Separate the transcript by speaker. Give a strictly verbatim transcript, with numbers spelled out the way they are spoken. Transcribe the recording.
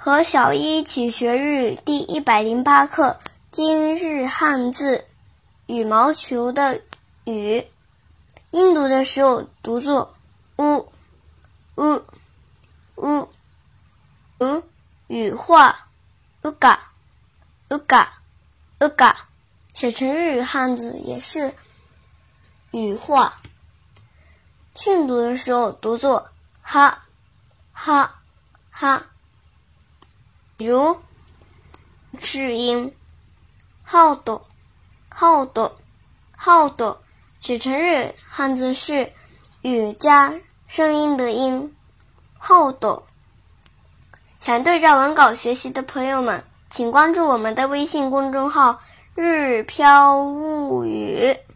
Speaker 1: 和小一一起学日语第一百零八课，今日汉字羽毛球的羽，音读的时候读作乌乌乌如羽化乌嘎乌嘎乌嘎，写成日语汉字也是羽化。训读的时候读作哈哈哈，比如字音好多好多好多，写成日语汉字是语加声音的音好多。想对照文稿学习的朋友们，请关注我们的微信公众号日飘物语。